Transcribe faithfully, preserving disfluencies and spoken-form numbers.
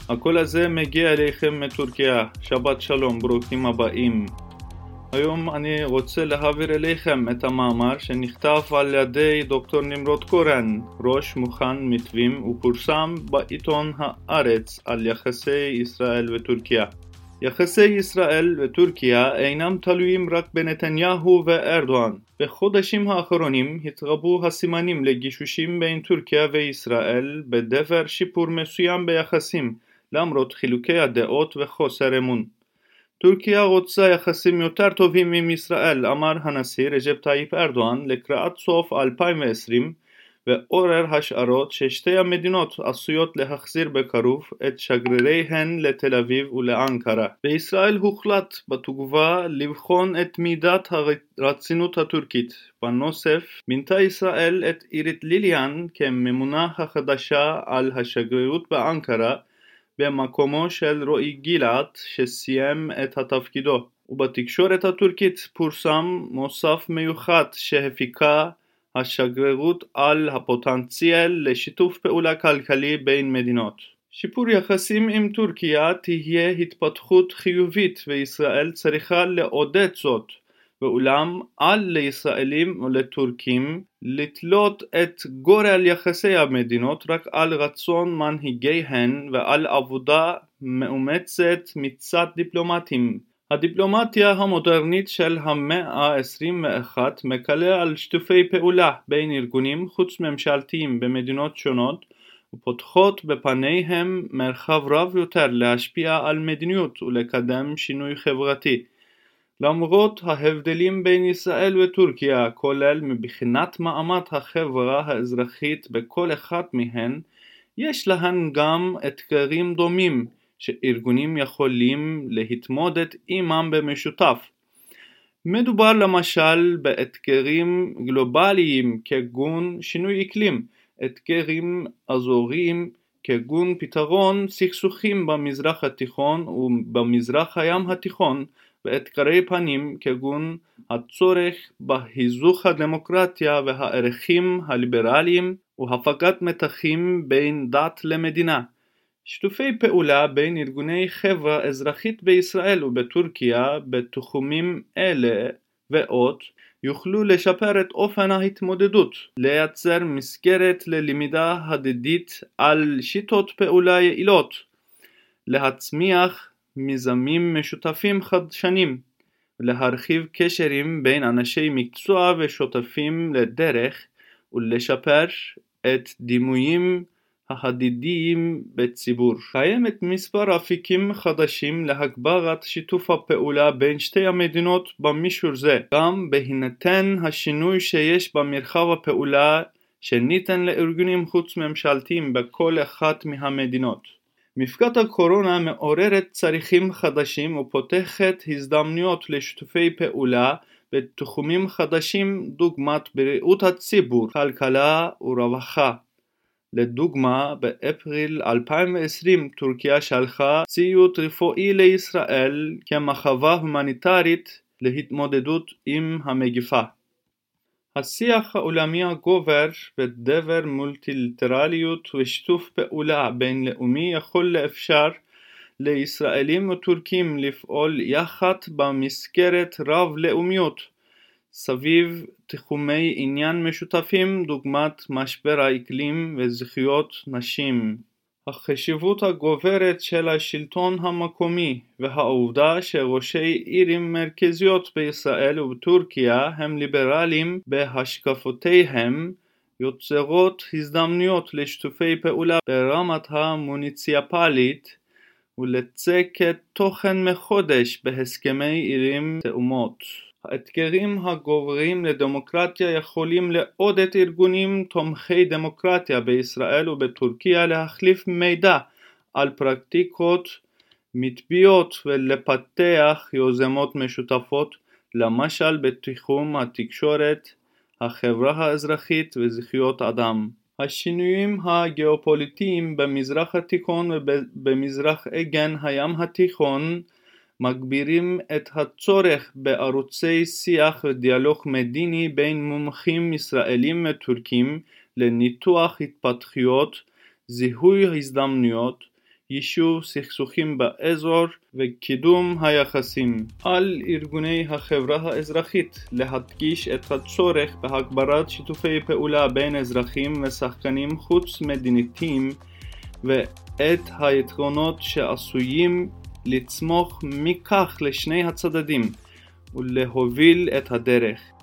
הקול הזה מגיע אליכם מטורקיה. שבת שלום, ברוכים הבאים. היום אני רוצה להעביר אליכם את המאמר שנכתב על ידי דוקטור נמרוד קורן, ראש מוכן מתווים, ופורסם בעיתון הארץ על יחסי ישראל וטורקיה. יחסי ישראל וטורקיה אינם תלויים רק בנתניהו וארדואן. בחודשים האחרונים התרבו הסימנים לגישושים בין טורקיה וישראל בדבר שיפור מסוים ביחסים, למרות חילוקי הדעות וחוסר אמון. טורקיה רוצה יחסים יותר טובים עם ישראל, אמר הנשיא רג'פ טאיפ ארדואן לקראת סוף אלפיים ועשרים, ועורר השערות ששתי המדינות עשויות להחזיר בקרוב את שגריריהן לתל אביב ולאנקרה. בישראל הוחלט בתגובה לבחון את מידת הרצינות הטורקית. בנוסף, מינתה ישראל את אירית ליליאן כממונה החדשה על השגרירות באנקרה, במקומו של רועי גילת שסיים את התפקידו. ובתקשורת הטורקית פורסם מוסף מיוחד שהפיקה השגרירות על הפוטנציאל לשיתוף פעולה כלכלי בין מדינות. שיפור יחסים עם טורקיה תהיה התפתחות חיובית וישראל צריכה לעודד זאת. ואולם אל לישראלים ולטורקים לתלות את גורל יחסי המדינות רק על רצון מנהיגיהן ועל עבודה מאומצת מצד דיפלומטים. הדיפלומטיה המודרנית של המאה ה-עשרים ואחת מקלה על שיתופי פעולה בין ארגונים חוץ-ממשלתיים במדינות שונות ופותחות בפניהם מרחב רב יותר להשפיע על מדיניות ולקדם שינוי חברתי. למרות ההבדלים בין ישראל וטורקיה, כולל מבחינת מעמד החברה האזרחית בכל אחת מהן, יש להן גם אתגרים דומים שארגונים יכולים להתמודד עמם במשותף. מדובר למשל באתגרים גלובליים כגון שינוי אקלים, אתגרים אזוריים כגון פתרון סכסוכים במזרח התיכון ובמזרח הים התיכון, ואתגרי פנים כגון הצורך בהיזוך הדמוקרטיה והערכים הליברליים והפגת מתחים בין דת למדינה. שיתופי פעולה בין ארגוני חברה אזרחית בישראל ובטורקיה בתחומים אלה ועוד יוכלו לשפר את אופן ההתמודדות, לייצר מסגרת ללמידה הדדית על שיטות פעולה יעילות, להצמיח מיזמים משותפים חדשניים, להרחיב קשרים בין אנשי מקצוע ושותפים לדרך ולשפר את דימויים ההדדיים בציבור. קיימת מספר אפיקים חדשים להגברת שיתוף הפעולה בין שתי המדינות במישור זה, גם בהינתן השינוי שיש במרחב הפעולה שניתן לארגונים חוץ-ממשלתיים בכל אחת מהמדינות. מפגעת הקורונה מעוררת צרכים חדשים ופותחת הזדמנויות לשיתופי פעולה בתחומים חדשים דוגמת בריאות הציבור, כלכלה ורווחה. לדוגמה, באפריל אלפיים ועשרים טורקיה שלחה ציוד רפואי לישראל כמחווה הומניטרית להתמודדות עם המגפה. השיח העולמי הגובר בדבר מולטילטרליות ושיתוף פעולה בינלאומי יכול לאפשר לישראלים וטורקים לפעול יחד במסגרת רב-לאומיות סביב תחומי עניין משותפים דוגמת משבר האקלים וזכויות נשים. החשיבות הגוברת של השלטון המקומי והעובדה שראשי ערים מרכזיות בישראל ובטורקיה הם ליברלים בהשקפותיהם יוצרות הזדמנויות לשיתופי פעולה ברמת המוניציפלית ולצקת תוכן מחודש בהסכמי ערים תאומות. האתגרים הגוברים לדמוקרטיה יכולים לעודד ארגונים תומכי דמוקרטיה בישראל ובטורקיה להחליף מידע על פרקטיקות מטבעות ולפתח יוזמות משותפות, למשל בתחום התקשורת, החברה האזרחית וזכויות אדם. השינויים הגיאופוליטיים במזרח התיכון ובמזרח אגן הים התיכון מגבירים את הצורך בערוצי שיח ודיאלוג מדיני בין מומחים ישראלים וטורקים לניתוח התפתחויות, זיהוי הזדמנויות, יישוב סכסוכים באזור וקידום היחסים. על ארגוני החברה האזרחית להדגיש את הצורך בהגברת שיתופי פעולה בין אזרחים ושחקנים חוץ-מדינתיים ואת היתרונות שעשויים לצמוח מכך לשני הצדדים ולהוביל את הדרך.